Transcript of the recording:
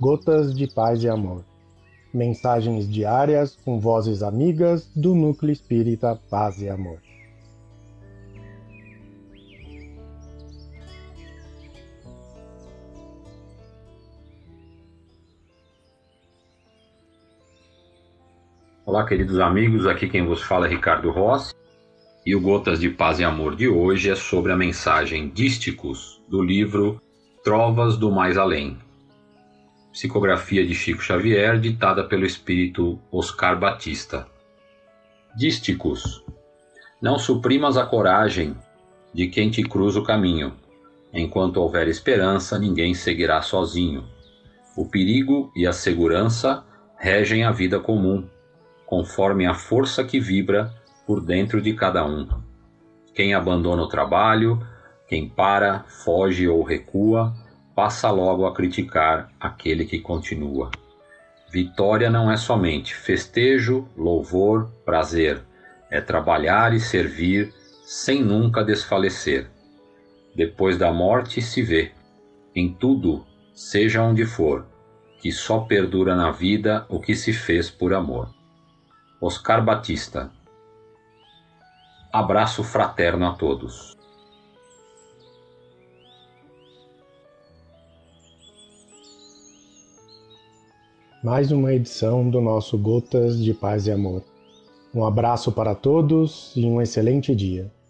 Gotas de Paz e Amor. Mensagens diárias com vozes amigas do Núcleo Espírita Paz e Amor. Olá, queridos amigos, aqui quem vos fala é Ricardo Rossi, e o Gotas de Paz e Amor de hoje é sobre a mensagem Dísticos, do livro Trovas do Mais Além, psicografia de Chico Xavier, ditada pelo espírito Oscar Batista. Dísticos: não suprimas a coragem de quem te cruza o caminho. Enquanto houver esperança, ninguém seguirá sozinho. O perigo e a segurança regem a vida comum, conforme a força que vibra por dentro de cada um. Quem abandona o trabalho, quem para, foge ou recua, passa logo a criticar aquele que continua. Vitória não é somente festejo, louvor, prazer. É trabalhar e servir sem nunca desfalecer. Depois da morte se vê, em tudo, seja onde for, que só perdura na vida o que se fez por amor. Oscar Batista. Abraço fraterno a todos. Mais uma edição do nosso Gotas de Paz e Amor. Um abraço para todos e um excelente dia.